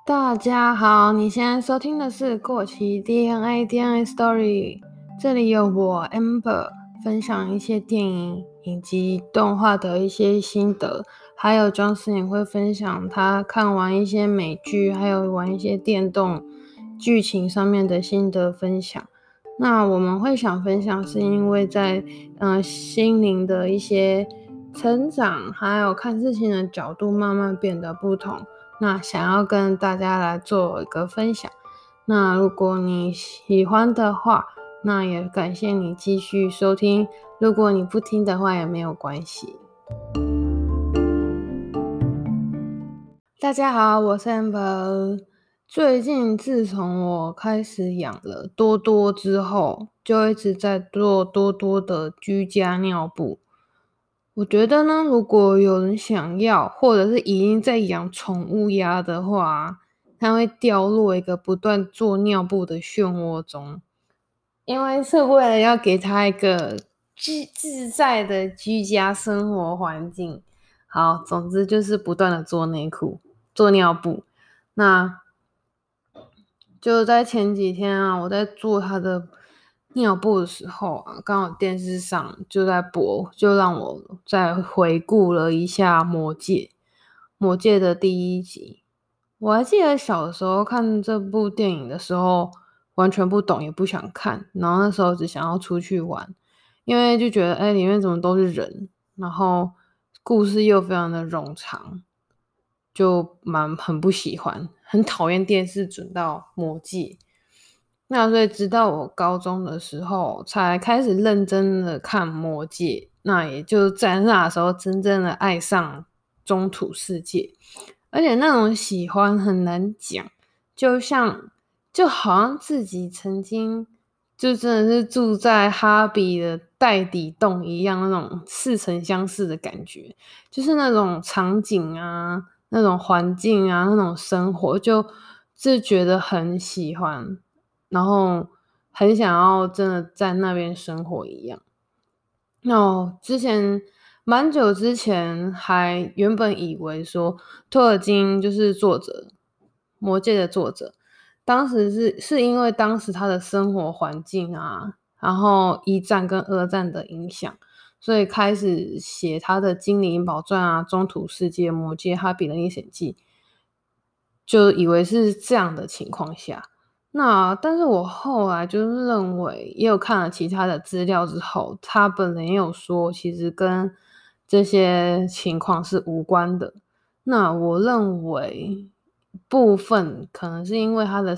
大家好，你现在收听的是过期 DNA Story， 这里有我 Amber 分享一些电影以及动画的一些心得，还有 Johnson 也会分享他看完一些美剧，还有玩一些电动剧情上面的心得分享。那我们会想分享是因为在心灵的一些成长，还有看事情的角度慢慢变得不同，那想要跟大家来做一个分享。那如果你喜欢的话，那也感谢你继续收听，如果你不听的话也没有关系。大家好，我是 Amber。最近自从我开始养了多多之后，就一直在做多多的居家尿布。我觉得呢，如果有人想要，或者是已经在养宠物鸭的话，它会掉落一个不断做尿布的漩涡中，因为是为了要给它一个自在的居家生活环境。好，总之就是不断的做内裤、做尿布。那就在前几天啊，我在做它的尿布的时候啊，刚好电视上就在播，就让我再回顾了一下《魔戒》。《魔戒》的第一集，我还记得小的时候看这部电影的时候，完全不懂，也不想看，然后那时候只想要出去玩，因为就觉得里面怎么都是人，然后故事又非常的冗长，就很不喜欢，很讨厌电视转到魔戒。那所以直到我高中的时候才开始认真的看魔戒，那也就在那时候真正的爱上中土世界，而且那种喜欢很难讲，就好像自己曾经就真的是住在哈比的袋底洞一样，那种似曾相识的感觉，就是那种场景啊，那种环境啊，那种生活，就觉得很喜欢，然后很想要真的在那边生活一样。那之前蛮久之前还原本以为说托尔金就是作者，魔戒的作者，当时是因为当时他的生活环境啊，然后一战跟二战的影响，所以开始写他的精灵宝钻啊、中土世界、魔戒、哈比的历险记，就以为是这样的情况下。那但是我后来就是认为，也有看了其他的资料之后，他本人也有说，其实跟这些情况是无关的。那我认为部分可能是因为他的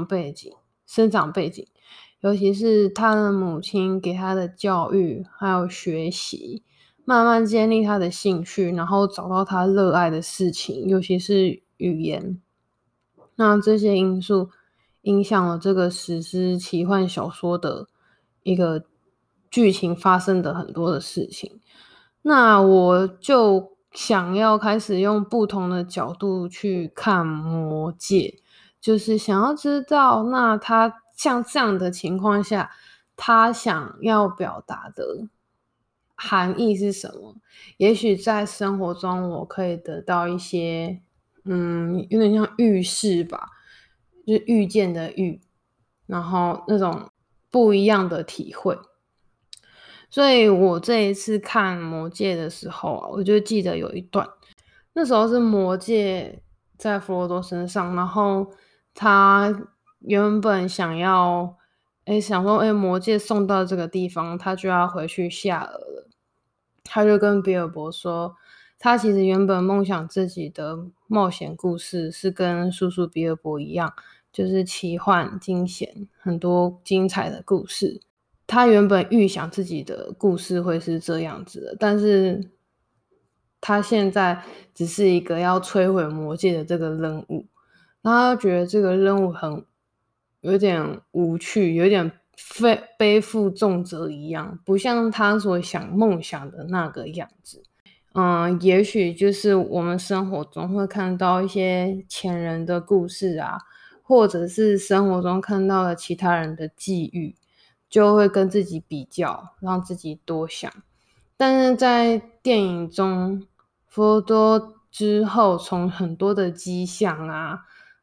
生长背景，尤其是他的母亲给他的教育还有学习，慢慢建立他的兴趣，然后找到他热爱的事情，尤其是语言。那这些因素影响了这个史诗奇幻小说的一个剧情发生的很多的事情。那我就想要开始用不同的角度去看魔戒，就是想要知道，那他像这样的情况下，他想要表达的含义是什么？也许在生活中我可以得到一些有点像遇事吧，就是遇见的遇，然后那种不一样的体会。所以我这一次看魔戒的时候啊，我就记得有一段，那时候是魔戒在弗罗多身上，然后他原本想说魔戒送到这个地方，他就要回去下饵了。他就跟比尔博说，他其实原本梦想自己的冒险故事是跟叔叔比尔博一样，就是奇幻、惊险，很多精彩的故事。他原本预想自己的故事会是这样子的，但是他现在只是一个要摧毁魔戒的这个任务，然后他觉得这个任务有点无趣，有点背负重责一样，不像他所梦想的那个样子。也许就是我们生活中会看到一些前人的故事啊，或者是生活中看到了其他人的际遇，就会跟自己比较，让自己多想。但是在电影中，佛多之后从很多的迹象啊，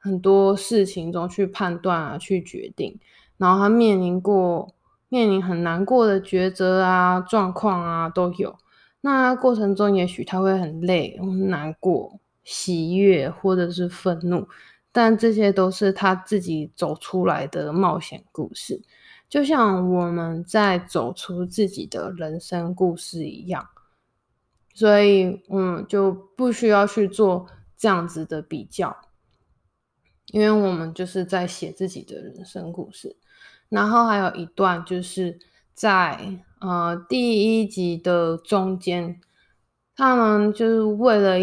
很多事情中去判断啊，去决定，然后他面临很难过的抉择啊、状况啊都有。那过程中也许他会很累、很难过、喜悦或者是愤怒，但这些都是他自己走出来的冒险故事，就像我们在走出自己的人生故事一样。所以就不需要去做这样子的比较，因为我们就是在写自己的人生故事。然后还有一段就是在第一集的中间，他们就是为了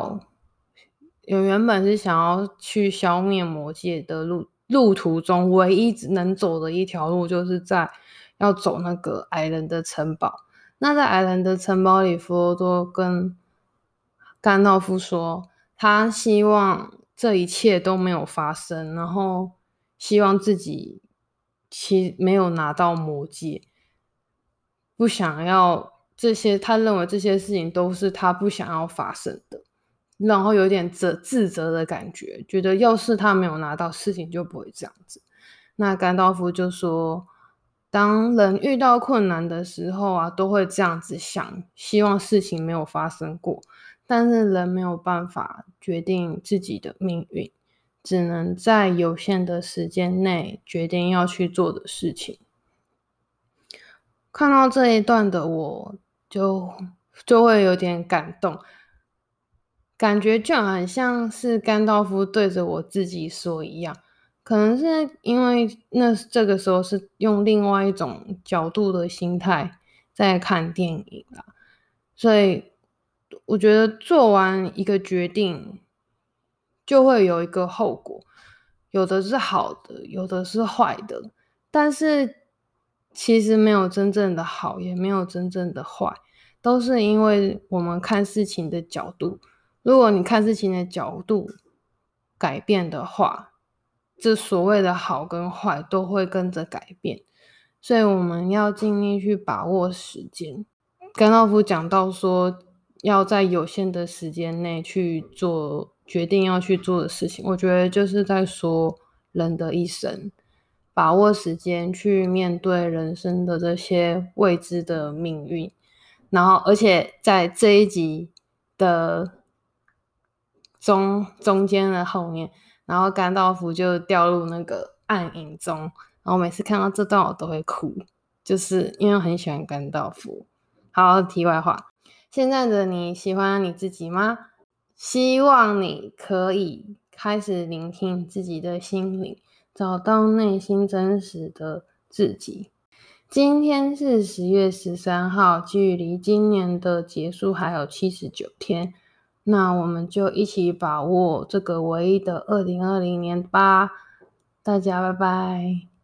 原本是想要去消灭魔界的路途中，唯一能走的一条路就是要走那个矮人的城堡。那在矮人的城堡里，弗罗多跟甘道夫说，他希望这一切都没有发生，然后希望自己没有拿到魔戒，不想要这些，他认为这些事情都是他不想要发生的，然后有点自责的感觉，觉得要是他没有拿到，事情就不会这样子。那甘道夫就说，当人遇到困难的时候啊，都会这样子想，希望事情没有发生过，但是人没有办法决定自己的命运，只能在有限的时间内决定要去做的事情。看到这一段的我就会有点感动，感觉就很像是甘道夫对着我自己说一样。可能是因为这个时候是用另外一种角度的心态在看电影啦，所以我觉得做完一个决定就会有一个后果，有的是好的，有的是坏的，但是其实没有真正的好，也没有真正的坏，都是因为我们看事情的角度。如果你看事情的角度改变的话，这所谓的好跟坏都会跟着改变，所以我们要尽力去把握时间。甘道夫讲到说，要在有限的时间内去做决定要去做的事情，我觉得就是在说人的一生，把握时间去面对人生的这些未知的命运。然后，而且在这一集的中间的后面，然后甘道夫就掉入那个暗影中，然后每次看到这段我都会哭，就是因为我很喜欢甘道夫。好，题外话，现在的你喜欢你自己吗？希望你可以开始聆听自己的心灵，找到内心真实的自己。今天是10月13号，距离今年的结束还有79天，那我们就一起把握这个唯一的2020年吧。大家拜拜。